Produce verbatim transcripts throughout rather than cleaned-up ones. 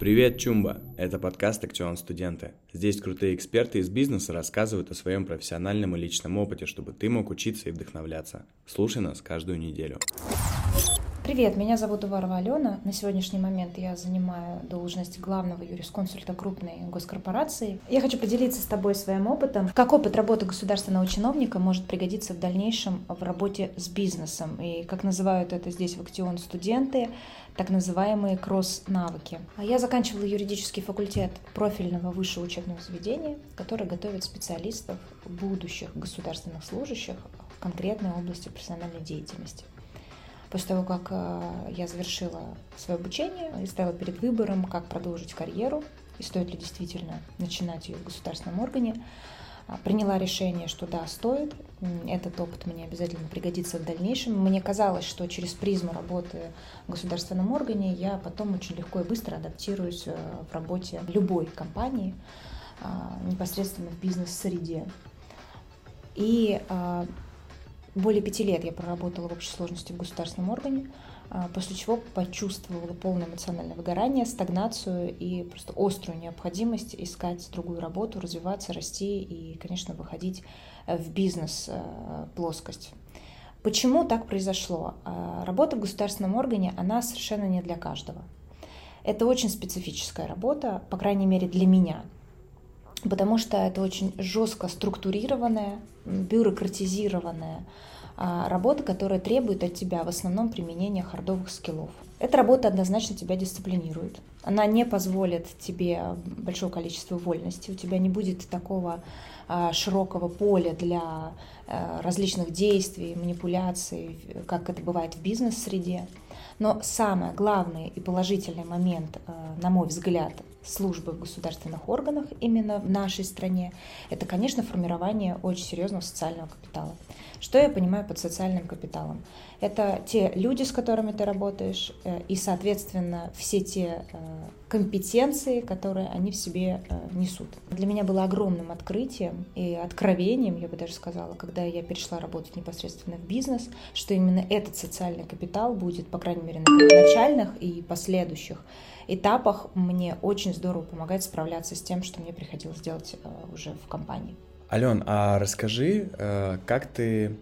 Привет, Чумба! Это подкаст «Актион Студенты». Здесь крутые эксперты из бизнеса рассказывают о своем профессиональном и личном опыте, чтобы ты мог учиться и вдохновляться. Слушай нас каждую неделю. Привет, меня зовут Уварова Алена. На сегодняшний момент я занимаю должность главного юрисконсульта крупной госкорпорации. Я хочу поделиться с тобой своим опытом, как опыт работы государственного чиновника может пригодиться в дальнейшем в работе с бизнесом. И как называют это здесь в Актион студенты, так называемые кросс-навыки. Я заканчивала юридический факультет профильного высшего учебного заведения, который готовит специалистов, будущих государственных служащих в конкретной области профессиональной деятельности. После того, как я завершила свое обучение и стояла перед выбором, как продолжить карьеру и стоит ли действительно начинать ее в государственном органе, приняла решение, что да, стоит. Этот опыт мне обязательно пригодится в дальнейшем. Мне казалось, что через призму работы в государственном органе я потом очень легко и быстро адаптируюсь в работе любой компании, непосредственно в бизнес-среде. И более пяти лет я проработала в общей сложности в государственном органе, после чего почувствовала полное эмоциональное выгорание, стагнацию и просто острую необходимость искать другую работу, развиваться, расти и, конечно, выходить в бизнес-плоскость. Почему так произошло? Работа в государственном органе, она совершенно не для каждого. Это очень специфическая работа, по крайней мере для меня. Потому что это очень жестко структурированная, бюрократизированная работа, которая требует от тебя в основном применения хардовых скиллов. Эта работа однозначно тебя дисциплинирует. Она не позволит тебе большого количества вольности, у тебя не будет такого широкого поля для различных действий, манипуляций, как это бывает в бизнес-среде. Но самый главный и положительный момент, на мой взгляд, службы в государственных органах именно в нашей стране, это, конечно, формирование очень серьезного социального капитала. Что я понимаю под социальным капиталом? Это те люди, с которыми ты работаешь, и, соответственно, все те компетенции, которые они в себе несут. Для меня было огромным открытием и откровением, я бы даже сказала, когда я перешла работать непосредственно в бизнес, что именно этот социальный капитал будет, по крайней мере, на начальных и последующих этапах мне очень здорово помогать справляться с тем, что мне приходилось делать уже в компании. Ален, а расскажи, как ты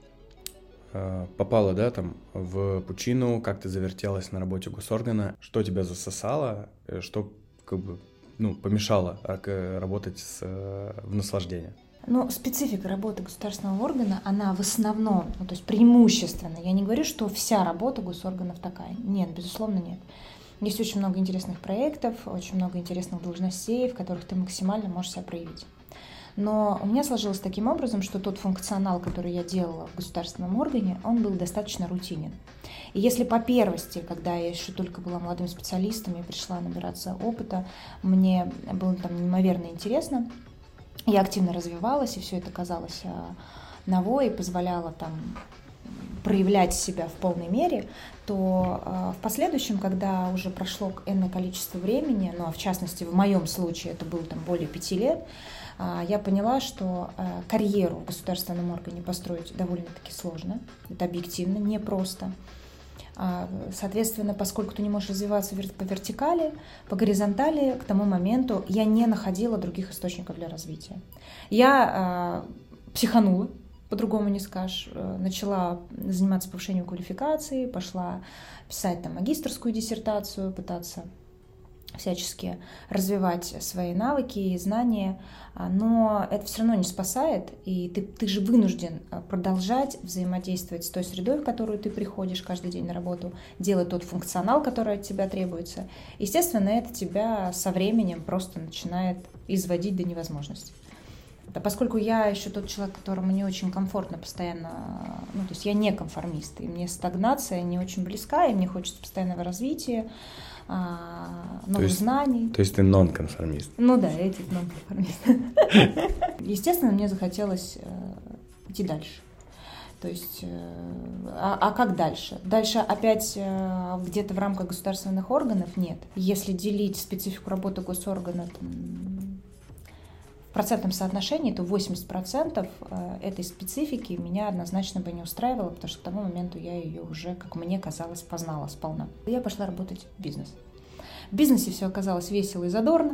попала, да, там, в пучину, как ты завертелась на работе госоргана, что тебя засосало, что как бы, ну, помешало работать с, в наслаждение? Но специфика работы государственного органа, она в основном, ну, то есть преимущественно, я не говорю, что вся работа госорганов такая, нет, безусловно, нет. Есть очень много интересных проектов, очень много интересных должностей, в которых ты максимально можешь себя проявить. Но у меня сложилось таким образом, что тот функционал, который я делала в государственном органе, он был достаточно рутинен. И если по первости, когда я еще только была молодым специалистом, я пришла набираться опыта, мне было там неимоверно интересно, я активно развивалась, и все это казалось ново и позволяло там проявлять себя в полной мере, то э, в последующем, когда уже прошло энное количество времени, ну а в частности в моем случае это было там более пяти лет, э, я поняла, что э, карьеру в государственном органе построить довольно-таки сложно, это объективно, непросто. Э, соответственно, поскольку ты не можешь развиваться по вертикали, по горизонтали, к тому моменту я не находила других источников для развития. Я э, психанула, по-другому не скажешь. Начала заниматься повышением квалификации, пошла писать там магистерскую диссертацию, пытаться всячески развивать свои навыки и знания, но это все равно не спасает, и ты, ты же вынужден продолжать взаимодействовать с той средой, в которую ты приходишь каждый день на работу, делать тот функционал, который от тебя требуется. Естественно, это тебя со временем просто начинает изводить до невозможности. Да, поскольку я еще тот человек, которому не очень комфортно постоянно, ну, то есть я не конформист, и мне стагнация не очень близка, и мне хочется постоянного развития, новых то есть, знаний. То есть ты нон-конформист? Ну да, я типа нон-конформист. Естественно, мне захотелось идти дальше. То есть, а, а как дальше? Дальше опять где-то в рамках государственных органов? Нет. Если делить специфику работы госоргана там, в процентном соотношении, то восемьдесят процентов этой специфики меня однозначно бы не устраивало, потому что к тому моменту я ее уже, как мне казалось, познала сполна. Я пошла работать в бизнес. В бизнесе все оказалось весело и задорно,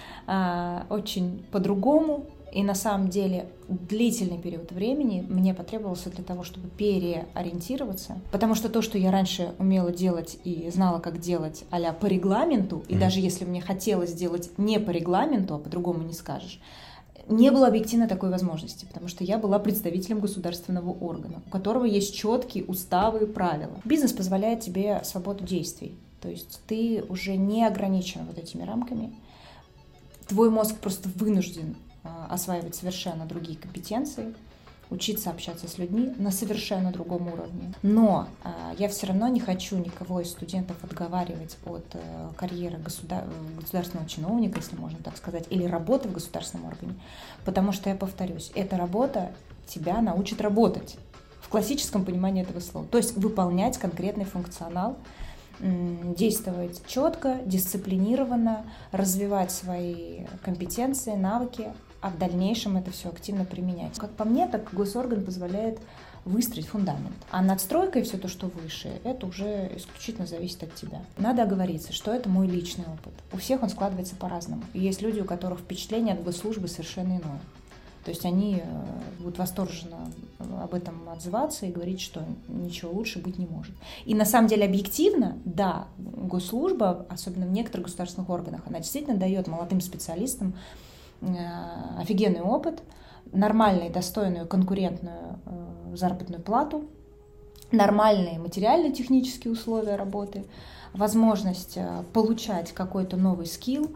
очень по-другому. И на самом деле длительный период времени мне потребовался для того, чтобы переориентироваться, потому что то, что я раньше умела делать и знала, как делать а-ля по регламенту, и mm-hmm. даже если мне хотелось делать не по регламенту, а по-другому не скажешь, не было объективно такой возможности, потому что я была представителем государственного органа, у которого есть четкие уставы и правила. Бизнес позволяет тебе свободу действий, то есть ты уже не ограничен вот этими рамками, твой мозг просто вынужден осваивать совершенно другие компетенции, учиться общаться с людьми на совершенно другом уровне. Но э, я все равно не хочу никого из студентов отговаривать от э, карьеры государ... государственного чиновника, если можно так сказать, или работы в государственном органе, потому что, я повторюсь, эта работа тебя научит работать в классическом понимании этого слова, то есть выполнять конкретный функционал, действовать четко, дисциплинированно, развивать свои компетенции, навыки, а в дальнейшем это все активно применять. Как по мне, так госорган позволяет выстроить фундамент. А надстройка и все то, что выше, это уже исключительно зависит от тебя. Надо оговориться, что это мой личный опыт. У всех он складывается по-разному. И есть люди, у которых впечатление от госслужбы совершенно иное. То есть они будут восторженно об этом отзываться и говорить, что ничего лучше быть не может. И на самом деле объективно, да, госслужба, особенно в некоторых государственных органах, она действительно дает молодым специалистам офигенный опыт, нормальную, достойную, конкурентную заработную плату, нормальные материально-технические условия работы, возможность получать какой-то новый скилл,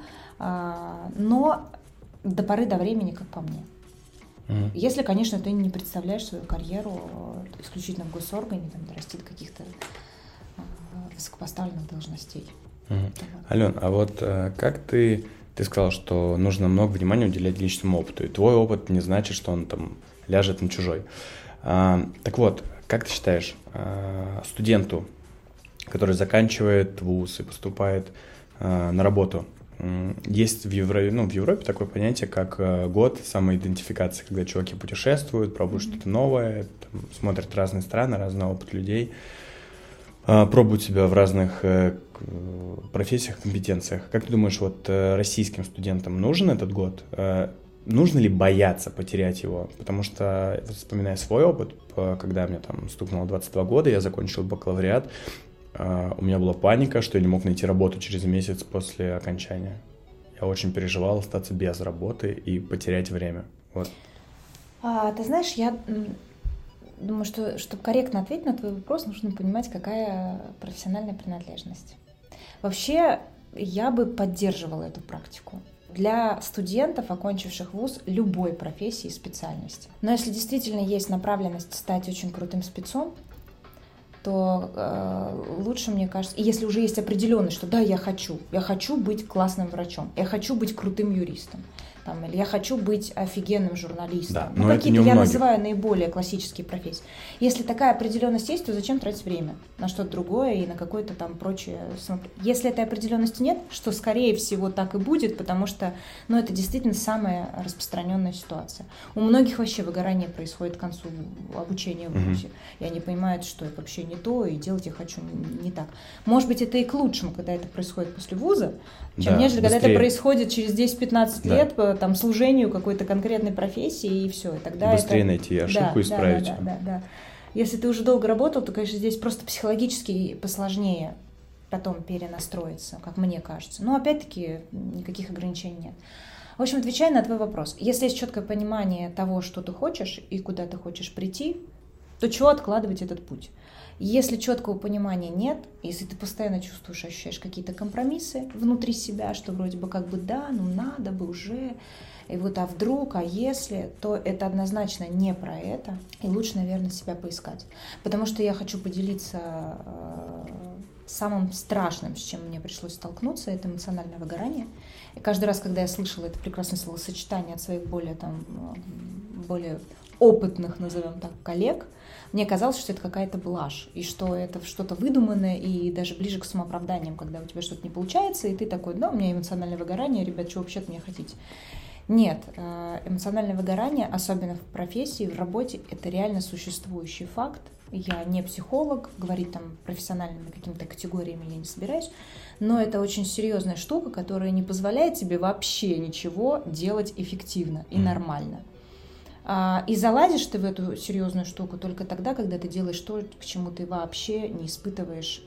но до поры до времени, как по мне. Mm-hmm. Если, конечно, ты не представляешь свою карьеру исключительно в госоргане, там, дорасти до каких-то высокопоставленных должностей. Mm-hmm. Вот. Ален, а вот как ты... Ты сказал, что нужно много внимания уделять личному опыту, и твой опыт не значит, что он там ляжет на чужой. А, так вот, как ты считаешь, а, студенту, который заканчивает вуз и поступает а, на работу, есть в Европе, ну, в Европе такое понятие, как год самоидентификации, когда чуваки путешествуют, пробуют mm-hmm. что-то новое, там, смотрят разные страны, разный опыт людей, пробуют себя в разных профессиях, компетенциях. Как ты думаешь, вот российским студентам нужен этот год? Нужно ли бояться потерять его? Потому что, вспоминая свой опыт, когда мне там стукнуло двадцать два года, я закончил бакалавриат, у меня была паника, что я не мог найти работу через месяц после окончания. Я очень переживал остаться без работы и потерять время. Вот. А, ты знаешь, я... Думаю, что, чтобы корректно ответить на твой вопрос, нужно понимать, какая профессиональная принадлежность. Вообще, я бы поддерживала эту практику для студентов, окончивших вуз любой профессии и специальности. Но если действительно есть направленность стать очень крутым спецом, то э, лучше, мне кажется, и если уже есть определенность, что да, я хочу, я хочу быть классным врачом, я хочу быть крутым юристом, там, или я хочу быть офигенным журналистом. Да, ну, какие-то я называю наиболее классические профессии. Если такая определенность есть, то зачем тратить время на что-то другое и на какое-то там прочее. Если этой определенности нет, что скорее всего так и будет, потому что, ну, это действительно самая распространенная ситуация. У многих вообще выгорание происходит к концу обучения в вузе. Mm-hmm. И они понимают, что это вообще не то, и делать я хочу не так. Может быть, это и к лучшему, когда это происходит после вуза, чем да, нежели, быстрее. Когда это происходит через десять-пятнадцать да. лет, там, служению какой-то конкретной профессии, и все. И тогда быстрее это... найти ошибку и да, исправить. Да, да, да, да. Если ты уже долго работал, то, конечно, здесь просто психологически посложнее потом перенастроиться, как мне кажется. Но, опять-таки, никаких ограничений нет. В общем, отвечая на твой вопрос, если есть четкое понимание того, что ты хочешь и куда ты хочешь прийти, то чего откладывать этот путь? Если четкого понимания нет, если ты постоянно чувствуешь, ощущаешь какие-то компромиссы внутри себя, что вроде бы как бы да, ну надо бы уже, и вот а вдруг, а если, то это однозначно не про это, и лучше, наверное, себя поискать. Потому что я хочу поделиться э, самым страшным, с чем мне пришлось столкнуться, это эмоциональное выгорание. И каждый раз, когда я слышала это прекрасное словосочетание от своих более, там, более опытных, назовем так, коллег, мне казалось, что это какая-то блажь, и что это что-то выдуманное, и даже ближе к самооправданиям, когда у тебя что-то не получается, и ты такой, да, у меня эмоциональное выгорание, ребят, что вообще от меня хотите? Нет, эмоциональное выгорание, особенно в профессии, в работе, это реально существующий факт. Я не психолог, говорить там профессиональными какими-то категориями я не собираюсь, но это очень серьезная штука, которая не позволяет тебе вообще ничего делать эффективно и нормально. И залазишь ты в эту серьезную штуку только тогда, когда ты делаешь то, к чему ты вообще не испытываешь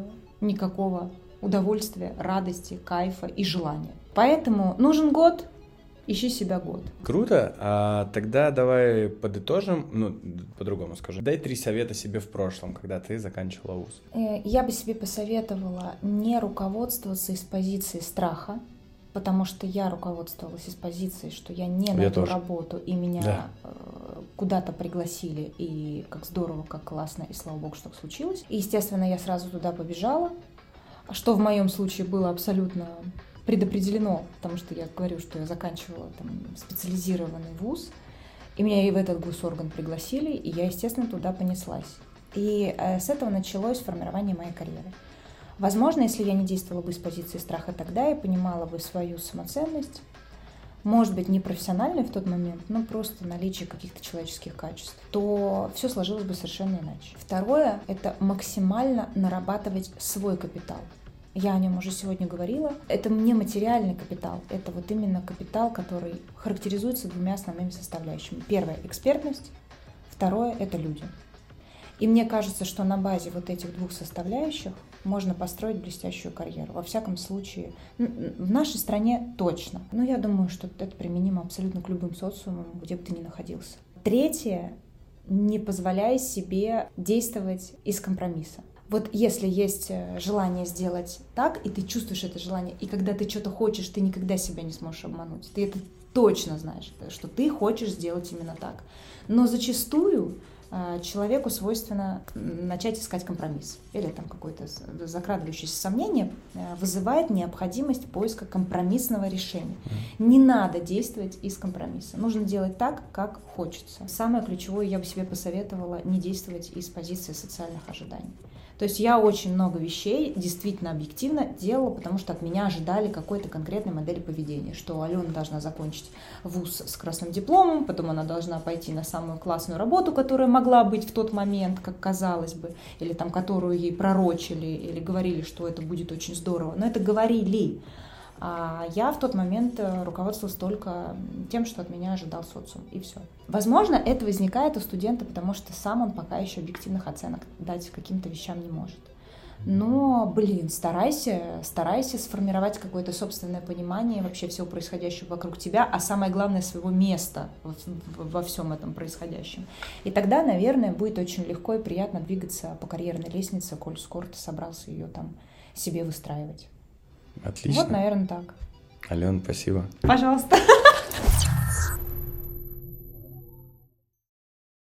никакого удовольствия, радости, кайфа и желания. Поэтому нужен год, ищи себя год. Круто. А тогда давай подытожим, ну, по-другому скажу. Дай три совета себе в прошлом, когда ты заканчивала вуз. Я бы себе посоветовала не руководствоваться из позиции страха, потому что я руководствовалась из позиции, что я не найду работу, и меня да. куда-то пригласили, и как здорово, как классно, и слава богу, что так случилось. И, естественно, я сразу туда побежала, что в моем случае было абсолютно предопределено, потому что я говорю, что я заканчивала там специализированный вуз, и меня и в этот госорган пригласили, и я, естественно, туда понеслась. И с этого началось формирование моей карьеры. Возможно, если я не действовала бы с позиции страха тогда и понимала бы свою самоценность, может быть, не профессиональной в тот момент, но просто наличие каких-то человеческих качеств, то все сложилось бы совершенно иначе. Второе – это максимально нарабатывать свой капитал. Я о нем уже сегодня говорила. Это не материальный капитал, это вот именно капитал, который характеризуется двумя основными составляющими. Первое – экспертность, второе – это люди. И мне кажется, что на базе вот этих двух составляющих можно построить блестящую карьеру. Во всяком случае, в нашей стране точно. Но я думаю, что это применимо абсолютно к любым социумам, где бы ты ни находился. Третье – не позволяй себе действовать из компромисса. Вот если есть желание сделать так, и ты чувствуешь это желание, и когда ты что-то хочешь, ты никогда себя не сможешь обмануть. Ты это точно знаешь, что ты хочешь сделать именно так. Но зачастую человеку свойственно начать искать компромисс или там какое-то закрадывающееся сомнение вызывает необходимость поиска компромиссного решения. Не надо действовать из компромисса. Нужно делать так, как хочется. Самое ключевое, я бы себе посоветовала не действовать из позиции социальных ожиданий. То есть я очень много вещей действительно объективно делала, потому что от меня ожидали какой-то конкретной модели поведения, что Алена должна закончить вуз с красным дипломом, потом она должна пойти на самую классную работу, которая могла быть в тот момент, как казалось бы, или там, которую ей пророчили, или говорили, что это будет очень здорово. Но это говорили. А я в тот момент руководствовалась только тем, что от меня ожидал социум, и все. Возможно, это возникает у студента, потому что сам он пока еще объективных оценок дать каким-то вещам не может. Но, блин, старайся, старайся сформировать какое-то собственное понимание вообще всего происходящего вокруг тебя, а самое главное, своего места во всем этом происходящем. И тогда, наверное, будет очень легко и приятно двигаться по карьерной лестнице, коль скоро ты собрался ее там себе выстраивать. Отлично. Вот, наверное, так. Алена, спасибо. Пожалуйста.